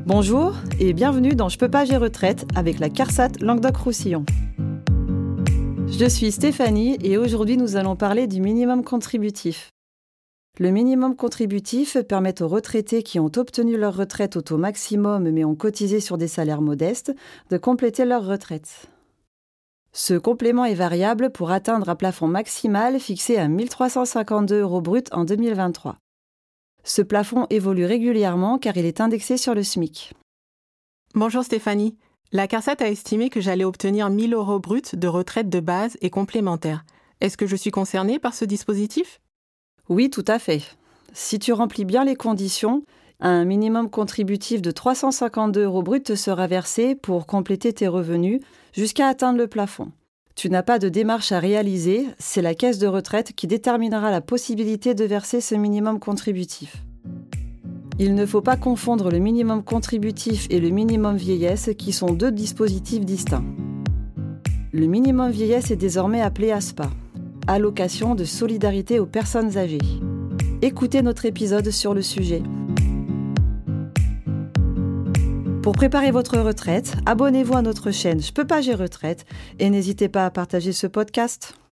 Bonjour et bienvenue dans Je peux pas, j'ai retraite avec la CARSAT Languedoc-Roussillon. Je suis Stéphanie et aujourd'hui nous allons parler du minimum contributif. Le minimum contributif permet aux retraités qui ont obtenu leur retraite au taux maximum mais ont cotisé sur des salaires modestes de compléter leur retraite. Ce complément est variable pour atteindre un plafond maximal fixé à 1 352 € brut en 2023. Ce plafond évolue régulièrement car il est indexé sur le SMIC. Bonjour Stéphanie. La CARSAT a estimé que j'allais obtenir 1 000 € bruts de retraite de base et complémentaire. Est-ce que je suis concernée par ce dispositif ? Oui, tout à fait. Si tu remplis bien les conditions, un minimum contributif de 352 € brut te sera versé pour compléter tes revenus jusqu'à atteindre le plafond. Tu n'as pas de démarche à réaliser, c'est la caisse de retraite qui déterminera la possibilité de verser ce minimum contributif. Il ne faut pas confondre le minimum contributif et le minimum vieillesse qui sont deux dispositifs distincts. Le minimum vieillesse est désormais appelé ASPA, Allocation de solidarité aux personnes âgées. Écoutez notre épisode sur le sujet. Pour préparer votre retraite, abonnez-vous à notre chaîne Je peux pas, j'ai retraite et n'hésitez pas à partager ce podcast.